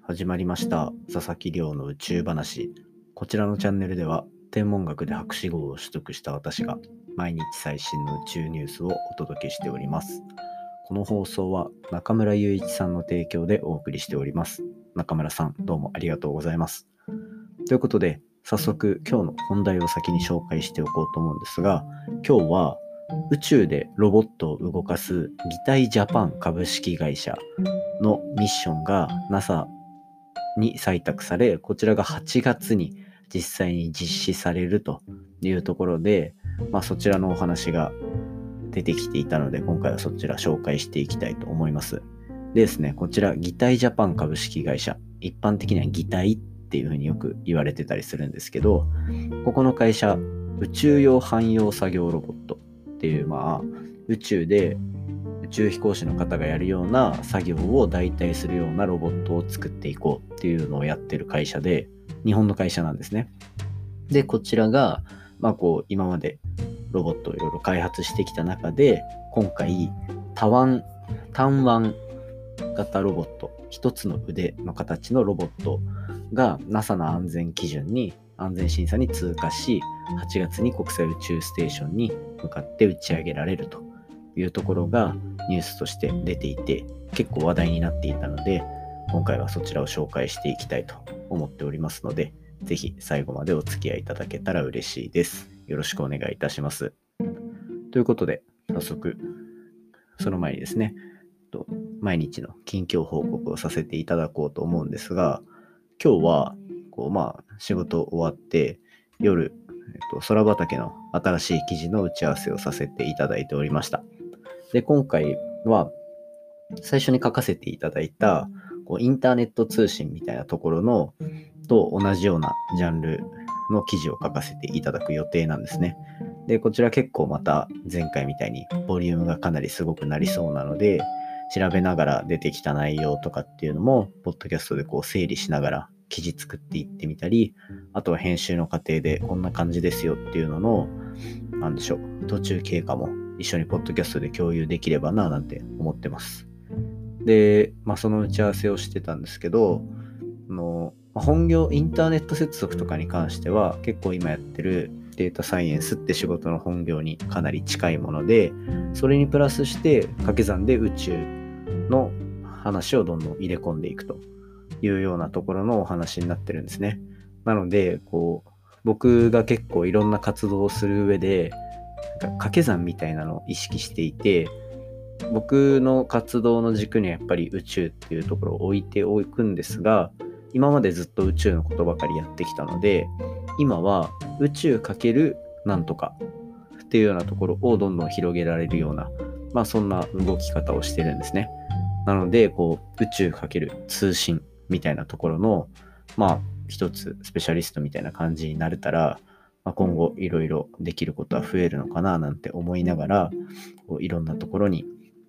始まりました佐々木亮の宇宙話。こちらのチャンネルでは天文学で博士号を取得した私が毎日最新の宇宙ニュースをお届けしております。この放送は中村雄一さんの提供でお送りしております。中村さん、どうもありがとうございます。ということで、早速今日の本題を先に紹介しておこうと思うんですが、今日は宇宙でロボットを動かす擬態ジャパン株式会社のミッションが NASA に採択され、こちらが8月に実際に実施されるというところで、そちらのお話が出てきていたので、今回はそちら紹介していきたいと思います。でですね、こちら擬態ジャパン株式会社、一般的には擬態っていうふうによく言われてたりするんですけど、ここの会社、宇宙用汎用作業ロボットっていう、宇宙で宇宙飛行士の方がやるような作業を代替するようなロボットを作っていこうっていうのをやってる会社で、日本の会社なんですね。で、こちらが、今までロボットをいろいろ開発してきた中で、今回、単腕型ロボット、一つの腕の形のロボットが NASA の安全基準に、安全審査に通過し、8月に国際宇宙ステーションに向かって打ち上げられるというところがニュースとして出ていて、結構話題になっていたので、今回はそちらを紹介していきたいと思っておりますので、ぜひ最後までお付き合いいただけたら嬉しいです。よろしくお願いいたします。ということで、早速、その前にですね、毎日の近況報告をさせていただこうと思うんですが、今日は仕事終わって夜、空畑の新しい記事の打ち合わせをさせていただいておりました。で、今回は最初に書かせていただいたインターネット通信みたいなところのと同じようなジャンルの記事を書かせていただく予定なんですね。で、こちら結構また前回みたいにボリュームがかなりすごくなりそうなので、調べながら出てきた内容とかっていうのもポッドキャストで整理しながら記事作っていってみたり、あとは編集の過程でこんな感じですよっていうのの途中経過も一緒にポッドキャストで共有できればななんて思ってます。で、その打ち合わせをしてたんですけど、本業インターネット接続とかに関しては結構今やってるデータサイエンスって仕事の本業にかなり近いもので、それにプラスして掛け算で宇宙の話をどんどん入れ込んでいくというようなところのお話になってるんですね。なので僕が結構いろんな活動をする上で掛け算みたいなのを意識していて、僕の活動の軸にはやっぱり宇宙っていうところを置いておくんですが、今までずっと宇宙のことばかりやってきたので、今は宇宙×なんとかっていうようなところをどんどん広げられるような、そんな動き方をしてるんですね。なので宇宙×通信みたいなところの一つスペシャリストみたいな感じになれたら、今後いろいろできることは増えるのかななんて思いながら、いろんなところに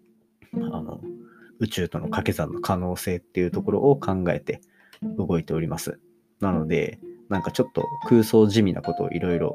宇宙との掛け算の可能性っていうところを考えて動いております。なのでちょっと空想地味なことをいろいろ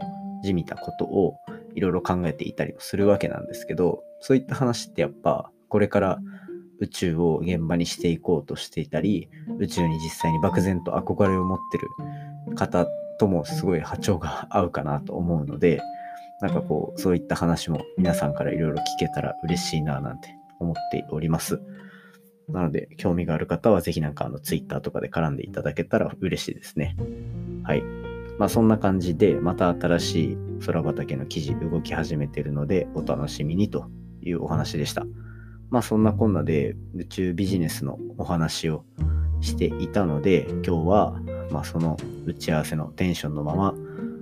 考えていたりもするわけなんですけど、そういった話ってやっぱこれから宇宙を現場にしていこうとしていたり、宇宙に実際に漠然と憧れを持ってる方ともすごい波長が合うかなと思うので、そういった話も皆さんからいろいろ聞けたら嬉しいななんて思っております。なので興味がある方はぜひTwitter とかで絡んでいただけたら嬉しいですね。はい。そんな感じでまた新しい空畑の記事動き始めているのでお楽しみにというお話でした。そんなこんなで宇宙ビジネスのお話をしていたので、今日はその打ち合わせのテンションのまま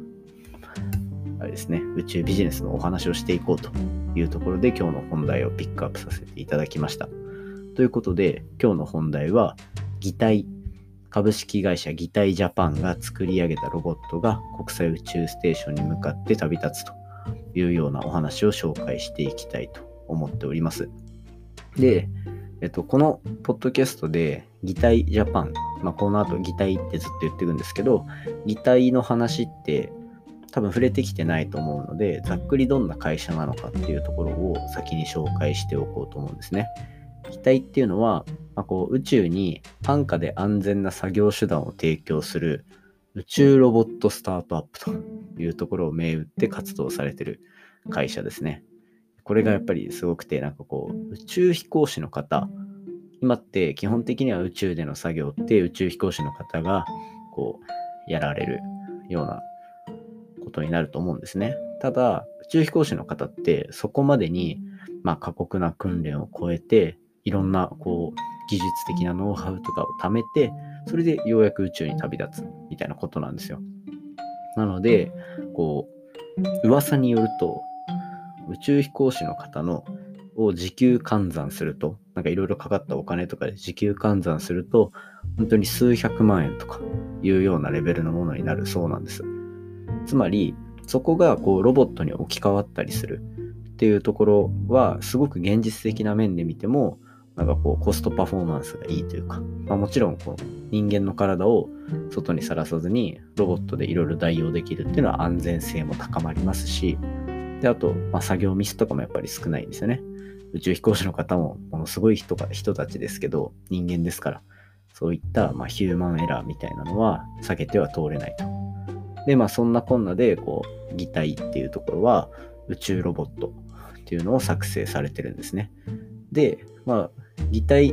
ですね、宇宙ビジネスのお話をしていこうというところで今日の本題をピックアップさせていただきました。ということで今日の本題は擬態株式会社擬態ジャパンが作り上げたロボットが国際宇宙ステーションに向かって旅立つというようなお話を紹介していきたいと思っております。で、このポッドキャストで擬態ジャパン、この後擬態ってずっと言ってるんですけど、擬態の話って多分触れてきてないと思うので、ざっくりどんな会社なのかっていうところを先に紹介しておこうと思うんですね。擬態っていうのは、 宇宙に安価で安全な作業手段を提供する宇宙ロボットスタートアップというところを銘打って活動されている会社ですね。これがやっぱりすごくて、宇宙飛行士の方、今って基本的には宇宙での作業って宇宙飛行士の方がやられるようなことになると思うんですね。ただ宇宙飛行士の方ってそこまでに過酷な訓練を超えていろんな技術的なノウハウとかを貯めて、それでようやく宇宙に旅立つみたいなことなんですよ。なので噂によると宇宙飛行士の方を時給換算すると、いろいろかかったお金とかで時給換算すると本当に数百万円とかいうようなレベルのものになるそうなんです。つまりそこがロボットに置き換わったりするっていうところはすごく現実的な面で見てもコストパフォーマンスがいいというか、もちろん人間の体を外にさらさずにロボットでいろいろ代用できるっていうのは安全性も高まりますし、であと、作業ミスとかもやっぱり少ないんですよね。宇宙飛行士の方もものすごい人たちですけど、人間ですから、そういったヒューマンエラーみたいなのは避けては通れないと。でそんなこんなで擬態っていうところは宇宙ロボットっていうのを作成されてるんですね。で擬態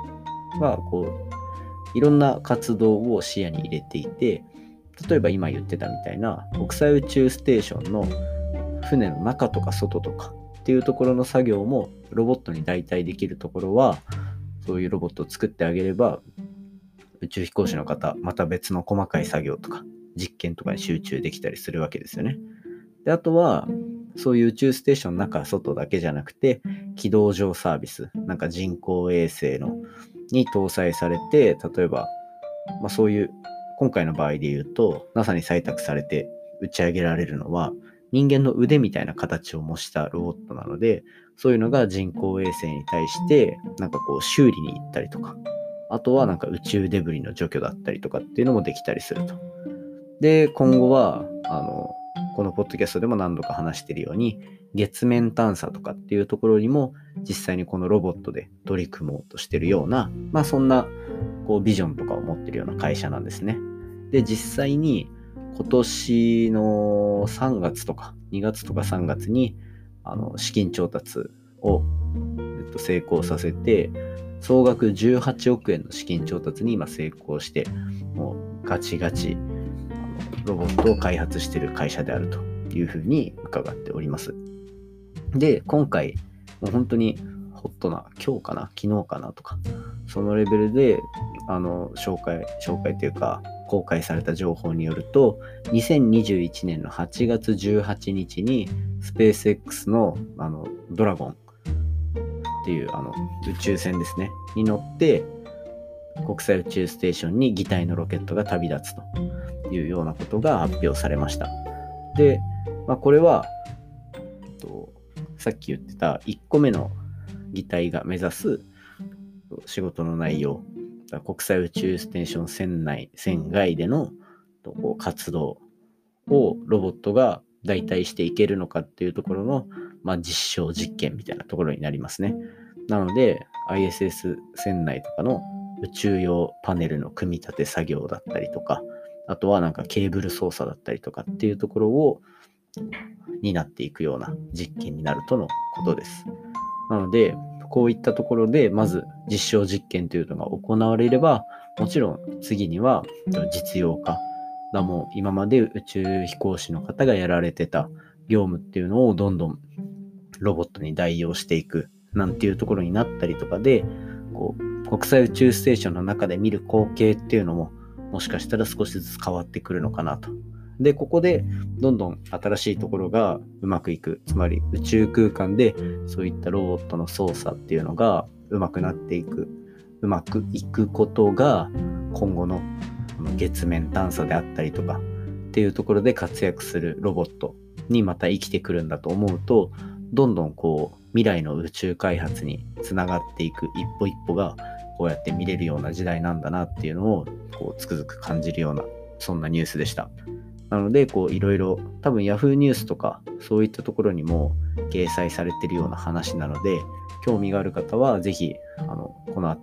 はいろんな活動を視野に入れていて、例えば今言ってたみたいな国際宇宙ステーションの船の中とか外とかっていうところの作業もロボットに代替できるところは、そういうロボットを作ってあげれば宇宙飛行士の方また別の細かい作業とか実験とかに集中できたりするわけですよね。であとはそういう宇宙ステーションの中外だけじゃなくて軌道上サービス、人工衛星に搭載されて、例えば、そういう今回の場合で言うと NASA に採択されて打ち上げられるのは人間の腕みたいな形を模したロボットなので、そういうのが人工衛星に対して修理に行ったりとか、あとは宇宙デブリの除去だったりとかっていうのもできたりすると。で今後はこのポッドキャストでも何度か話しているように月面探査とかっていうところにも実際にこのロボットで取り組もうとしているような、そんなビジョンとかを持っているような会社なんですね。で実際に今年の3月とか2月とか3月に資金調達を成功させて、総額18億円の資金調達に今成功して、もうガチガチロボットを開発している会社であるというふうに伺っております。で今回もう本当にホットな昨日かなとかそのレベルで紹介というか公開された情報によると、2021年の8月18日にスペース X のドラゴンっていう宇宙船ですねに乗って国際宇宙ステーションに擬態のロケットが旅立つというようなことが発表されました。で、これはさっき言ってた1個目の擬態が目指す仕事の内容、国際宇宙ステーション船外での活動をロボットが代替していけるのかっていうところの、実証実験みたいなところになりますね。なので ISS 船内とかの宇宙用パネルの組み立て作業だったりとか、あとはケーブル操作だったりとかっていうところを担っていくような実験になるとのことです。なのでこういったところでまず実証実験というのが行われれば、もちろん次には実用化だ、もう今まで宇宙飛行士の方がやられてた業務っていうのをどんどんロボットに代用していくなんていうところになったりとかで、国際宇宙ステーションの中で見る光景っていうのももしかしたら少しずつ変わってくるのかなと。でここでどんどん新しいところがうまくいく、つまり宇宙空間でそういったロボットの操作っていうのがうまくいくことが今後の月面探査であったりとかっていうところで活躍するロボットにまた生きてくるんだと思うと、どんどん未来の宇宙開発につながっていく一歩一歩がこうやって見れるような時代なんだなっていうのをつくづく感じるような、そんなニュースでした。なのでいろいろ多分 Yahoo ニュースとかそういったところにも掲載されているような話なので、興味がある方はぜひこのあたり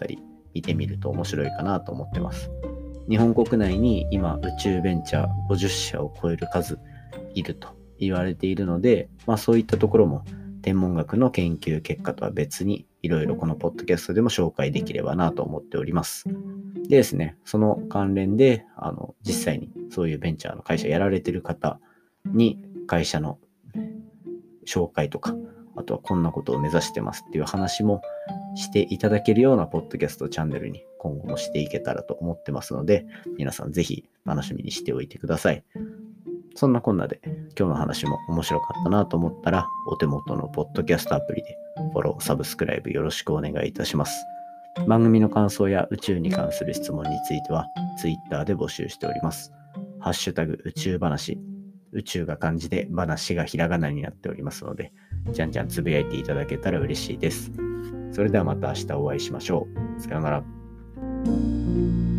見てみると面白いかなと思ってます。日本国内に今宇宙ベンチャー50社を超える数いると言われているので、そういったところも天文学の研究結果とは別にいろいろこのポッドキャストでも紹介できればなと思っております。でですね、その関連で実際にそういうベンチャーの会社やられている方に会社の紹介とか、あとはこんなことを目指してますっていう話もしていただけるようなポッドキャストチャンネルに今後もしていけたらと思ってますので、皆さんぜひ楽しみにしておいてください。そんなこんなで今日の話も面白かったなと思ったら、お手元のポッドキャストアプリでフォロー、サブスクライブよろしくお願いいたします。番組の感想や宇宙に関する質問については Twitter で募集しております。ハッシュタグ宇宙話、宇宙が漢字で話がひらがなになっておりますので、じゃんじゃんつぶやいていただけたら嬉しいです。それではまた明日お会いしましょう。さようなら。